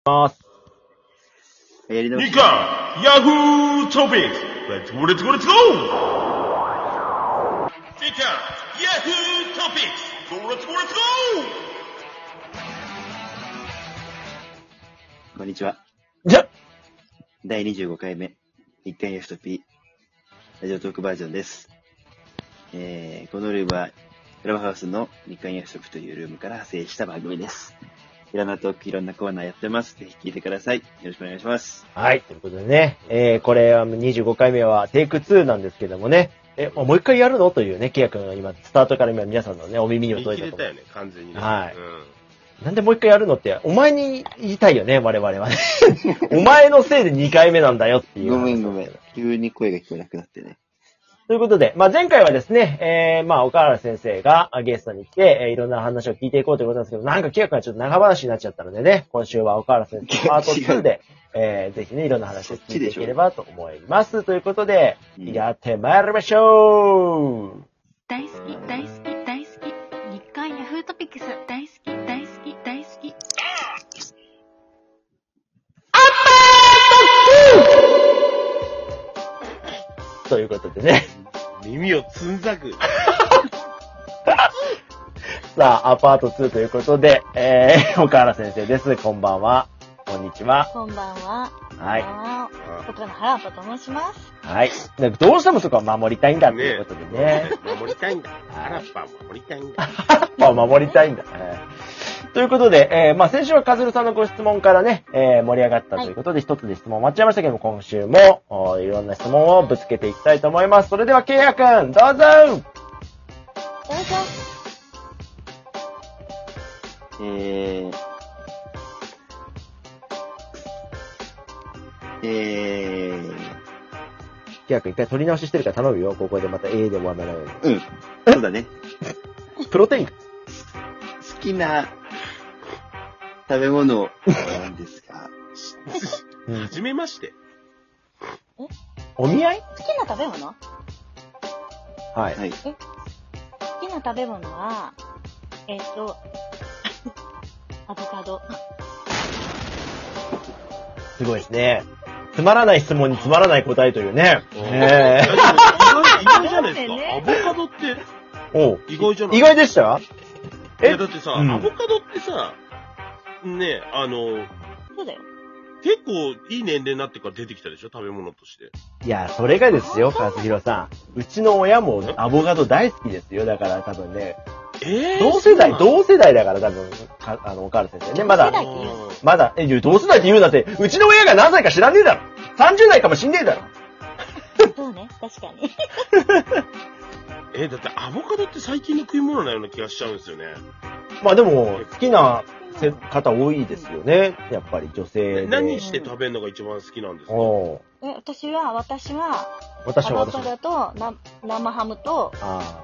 ます。 ニカヤフートピックス Let's go! ニカヤフートピックス Let's go! こんにちは。 じゃ第25回目、日刊ヤフトピラジオトークバージョンです。このルームは、クラブハウスの日刊ヤフトピというルームから派生した番組です。いろんなトーク、いろんなコーナーやってます。ぜひ聞いてください。よろしくお願いします。 はい、ということでね、これは25回目はテイク2なんですけどもね、もう一回やるのというね、ケイヤ君が今、スタートから今皆さんのね、お耳にも届いたと思う。 見切れたよね、完全にね。 はい。なんでもう一回やるのって、お前に言いたいよね、我々はね。お前のせいで2回目なんだよっていう。 ごめん。急に声が聞こえなくなってね。 ということで、前回はですね、岡原先生がゲストに来て、いろんな話を聞いていこうということなんですけど、なんか企画がちょっと長話になっちゃったのでね、今週は岡原先生パート2で、ぜひね、いろんな話を聞いていければと思います。ということで、やってまいりましょう。 大好き、日刊ヤフートピックス、大好き。 ということでね。 耳をつんざく。 さあ、アパート2ということで、岡原先生です。こんばんは。こんにちは。 こんばんは。 はい。 こちらの原っぱと申します。 はい。どうしてもそこは守りたいんだっていうことでね。 守りたいんだ。原っぱ守りたいんだ。 原っぱを守りたいんだ。ということで、先週はカズルさんのご質問からね、盛り上がったということで、一つで質問終わっちゃいましたけども、今週も、いろんな質問をぶつけていきたいと思います。それでは、ケイヤ君、どうぞ。ケイヤ君一回取り直ししてるから頼むよ。ここでまた A で終わらないように。 うん。そうだね。 プロテイン。 好きな食べ物なんですか？ はじめまして。 お見合い？ 好きな食べ物？ はい。 はい。 好きな食べ物は、アボカド。 すごいですね。つまらない質問につまらない答えというね。 意外じゃないですか。アボカドって、意外じゃない？ 意外でした？ だってさ、アボカドってさ、ね、 そうだよ。 結構いい年齢になってから出てきたでしょ、食べ物として。 いや、それがですよ、和弘さん。うちの親もアボカド大好きですよ。だから多分ね。同世代だから多分、岡原先生ね。まだ、同世代って言うなって、うちの親が何歳か知らねえだろ。30代かもしんねえだろ。 そうね、確かに。 だってアボカドって最近の食い物なような気がしちゃうんですよね。 まあでも、好きな方多いですよね。やっぱり女性で。 何して食べるのが一番好きなんですか？ 私は、アボカドと生ハムと、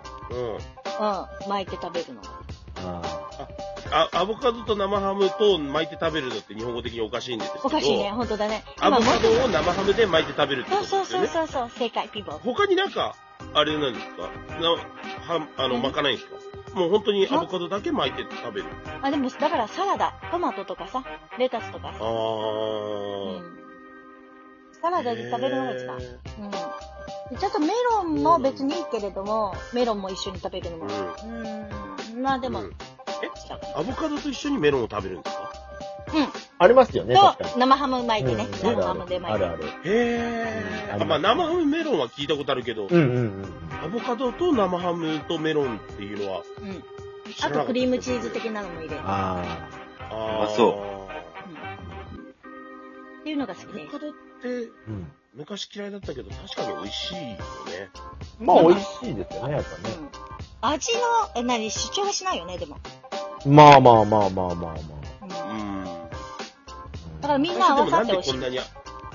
巻いて食べるの。 アボカドと生ハムと巻いて食べるのって日本語的におかしいんですけど。 おかしいね、本当だね。 アボカドを生ハムで巻いて食べるってことですよね。 そう、正解、ピボ。 他になんか、あれなんですか？巻かないんですか？もう本当にアボカドだけ巻いて食べる。 でも、だからサラダ、トマトとかさ、レタスとかさ。サラダで食べるのが一番。ちょっとメロンも別にいいけれども、メロンも一緒に食べるのも。まあでも。 アボカドと一緒にメロンを食べるんですか？ ありますよね、確かに。 生ハム巻いてね。生ハムで巻いて。 ある。 まあ生ハムメロンは聞いたことあるけど、アボカドと生ハムとメロンっていうのは、 あとクリームチーズ的なのも入れる。 そう。 っていうのが好きで。 アボカドって、昔嫌いだったけど、確かに美味しいよね。 まあ美味しいですよね、やっぱね。 味の、主張はしないよね、でも。 まあ。 だからみんな合わさって美味しい。 こんなに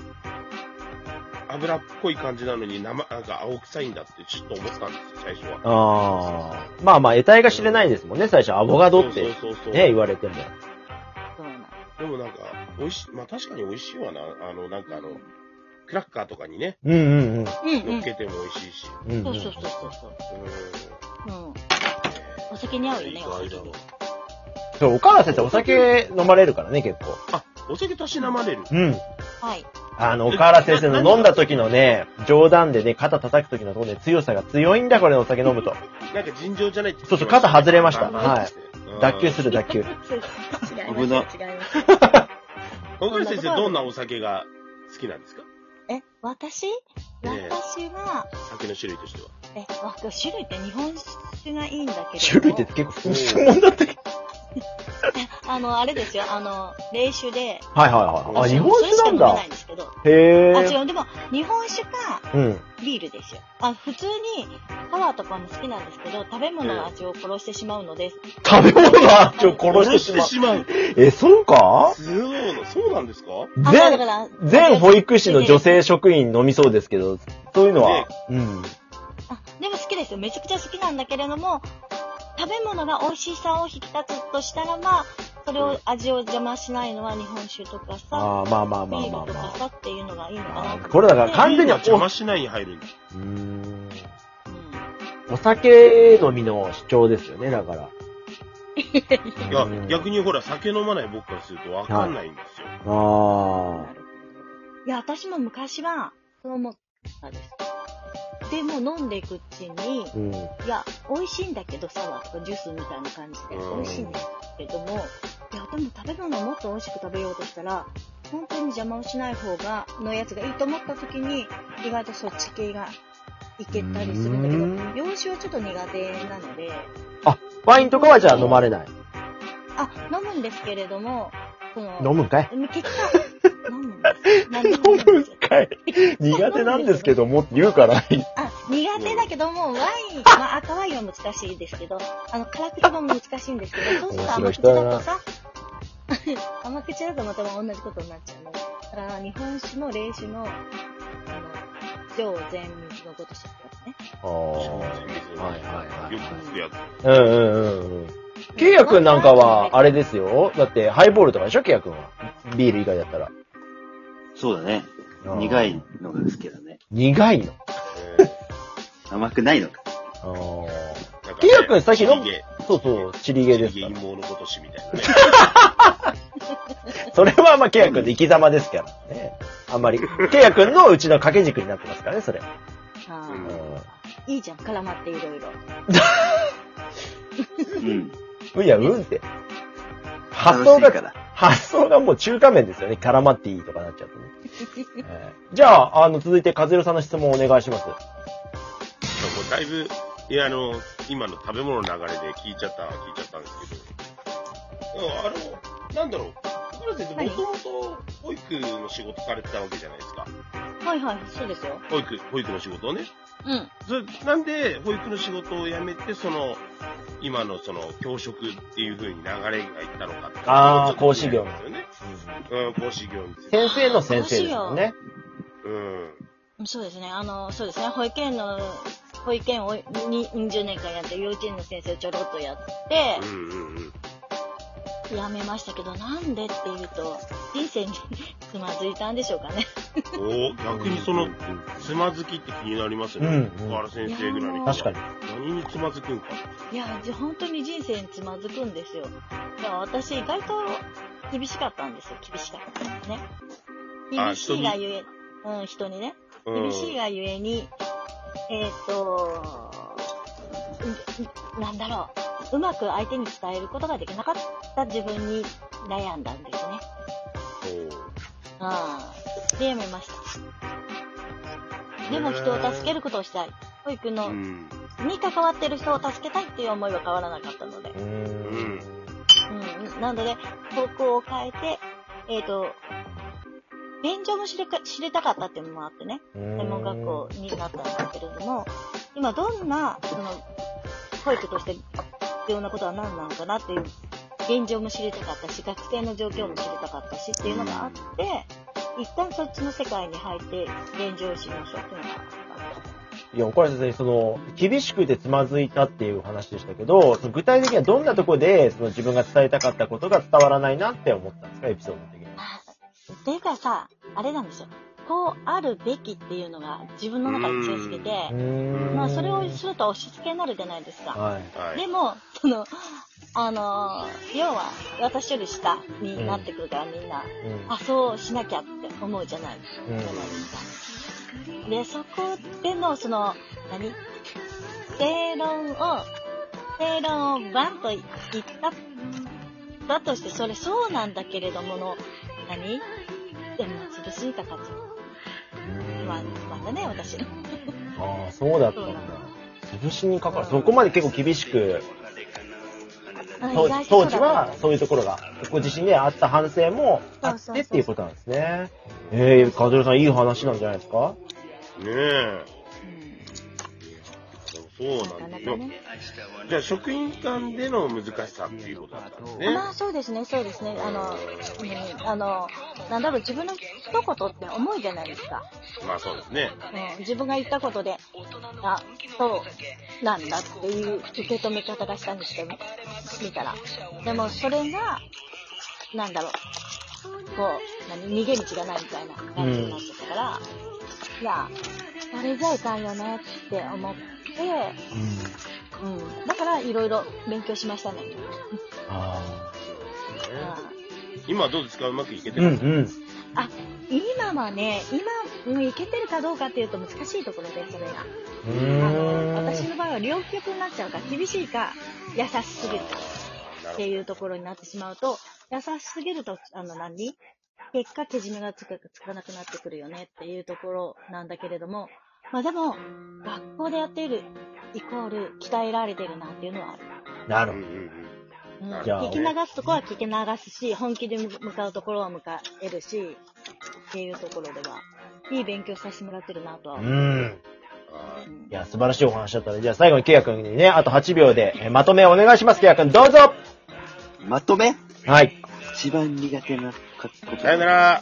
油っぽい感じなのになんか青臭いんだってちょっと思ったんですよ、最初は。 まあ、得体が知れないですもんね、最初。アボカドって。ね、言われても。 でもなんか、美味しい。まあ確かに美味しいわな。クラッカーとかにね。 乗っけても美味しいし。 そう。お酒に合うよね、お酒。 そう、岡原先生お酒飲まれるからね、結構。 お酒たしなまれる。 うん。 はい。 岡原先生の飲んだ時のね、冗談でね、肩叩く時のところで強さが強いんだ、これお酒飲むと。 なんか尋常じゃないって。 そうそう、肩外れました。はい。脱臼する、脱臼。 違います。 小倉先生、どんなお酒が好きなんですか？ 私は、 酒の種類としては。 種類って日本酒がいいんだけど。 種類って結構質問だったけど。 あれですよ、冷酒で。 はいはいはい。日本酒なんだ。 それしか飲めないんですけど。 へー。 違う、でも、日本酒か、ビールですよ。普通に、サワーとかも好きなんですけど、食べ物の味を殺してしまうので。 食べ物の味を殺してしまう。そうか？ そうなんですか？ 全保育士の女性職員飲みそうですけど、そういうのは。 でも好きですよ。めちゃくちゃ好きなんだけれども、食べ物が美味しさを引き立つとしたらば、それを味を邪魔しないのは日本酒とかさ、ビールとかさっていうのがいいのかな。 これだから完全に邪魔しないに入るんだ。 お酒飲みの主張ですよね、だから。 いや、逆にほら、酒飲まない僕からするとわかんないんですよ。 いや、私も昔は、そう思ったんです。でも飲んでいくうちに、いや、美味しいんだけど、サワーとかジュースみたいな感じで、美味しいんですけども、いや、でも食べ物をもっと美味しく食べようとしたら、本当に邪魔をしない方が、のやつがいいと思った時に、意外とそっち系がいけたりするんだけど、洋酒はちょっと苦手なので。 ワインとかはじゃあ飲まれない？ 飲むんですけれども、 飲むんかい？ 結果、飲むんです。 飲むんかい？苦手なんですけどもって言うから。 苦手だけども、ワイン、赤ワインは難しいですけど、辛口も難しいんですけど、そうすると甘口だとさ、甘口だとまた同じことになっちゃうので、だから日本酒の冷酒の、上善水のごとしってやつね。 よく聞くやつ。 ケイヤくんなんかは、あれですよ。だって、ハイボールとかでしょ、ケイヤくんは。ビール以外だったら。 そうだね。苦いのが好きだね。 苦いの？ 甘くないのか。 ケイヤくんさっきの、そう、チリゲですから。 チリゲ芋のごとしみたいなね。 それはケイヤくんの生き様ですからね。あんまり。ケイヤくんのうちの掛け軸になってますからね、それ。 いいじゃん、絡まっていろいろ。 いや、って。発想がもう中華麺ですよね。絡まっていいとかなっちゃうとね。じゃあ、続いて、和代さんの質問をお願いします。 だいぶ、今の食べ物の流れで聞いちゃったんですけど、なんだろう。小倉先生、もともと保育の仕事されてたわけじゃないですか。 はいはい、そうですよ。 保育の仕事をね。なんで、保育の仕事を辞めて、今の教職っていう風に流れがいったのかって。 講師業ですよね。講師業について。 先生の先生ですよね。 そうですね。そうですね。保育園を20年間やって、幼稚園の先生をちょろっとやって、やめましたけど、なんでっていうと、人生につまずいたんでしょうかね。 逆につまずきって気になりますね。小原先生ぐらいに。 確かに。 何につまずくんか。 いや、本当に人生につまずくんですよ。いや、私意外と厳しかったんですよ。厳しかったですね。厳しいがゆえ、人にね。厳しいがゆえに、なんだろう。うまく相手に伝えることができなかった自分に悩んだんですね。で、やめました。でも人を助けることをしたい。保育の、に関わってる人を助けたいっていう思いは変わらなかったので。なので、方向を変えて、現状も知りたかったっていうのもあってね。専門学校になったんですけれども、今どんな、保育として必要なことは何なのかなっていう、現状も知りたかったし、学生の状況も知りたかったしっていうのがあって、一旦そっちの世界に入って現状を知りましょうっていうのがあった。 いや、岡田先生、厳しくてつまずいたっていう話でしたけど、具体的にはどんなところで、自分が伝えたかったことが伝わらないなって思ったんですか、エピソード的に。 っていうかさ、あれなんですよ。こうあるべきっていうのが自分の中に強すぎて、それをすると押し付けになるじゃないですか。でも、 要は、私より下になってくるから、みんな、あ、そうしなきゃって思うじゃないですか。で、そこでの、正論をバンと言ったとして、それそうなんだけれどもの、でも、潰しにかかっちゃう。またね、私。 ああ、そうだったんだ。潰しにかかる。そこまで結構厳しく、当時はそういうところが、ご自身であった反省もあってっていうことなんですね。カズルさんいい話なんじゃないですか？ ねえ。そうなんだよ。じゃあ、職員間での難しさっていうことだったんですね。 まあ、そうですね。なんだろう、自分の一言って重いじゃないですか。 まあ、そうですね。 自分が言ったことで、あ、そうなんだっていう受け止め方がしたにしてみたら。でも、それが、なんだろう、逃げ道がないみたいな感じになってたから、いや、それじゃいかんよねって思って、だからいろいろ勉強しましたね。 今どうですか？うまくいけてますか？ 今はね、いけてるかどうかっていうと難しいところで、それが。私の場合は両極になっちゃうから、厳しいか、優しすぎるかっていうところになってしまうと、優しすぎると、結果、けじめがつかなくなってくるよねっていうところなんだけれども、まあでも、学校でやっているイコール鍛えられてるなっていうのはある。 なるほど。聞き流すとこは聞き流すし、本気で向かうところは向かえるし、っていうところでは、いい勉強させてもらってるなとは思う。 いや、素晴らしいお話だったので、じゃあ最後にケイヤ君にね、あと8秒でまとめをお願いします。ケイヤ君、どうぞ。 まとめ？ はい。 一番苦手なこと。 さよなら。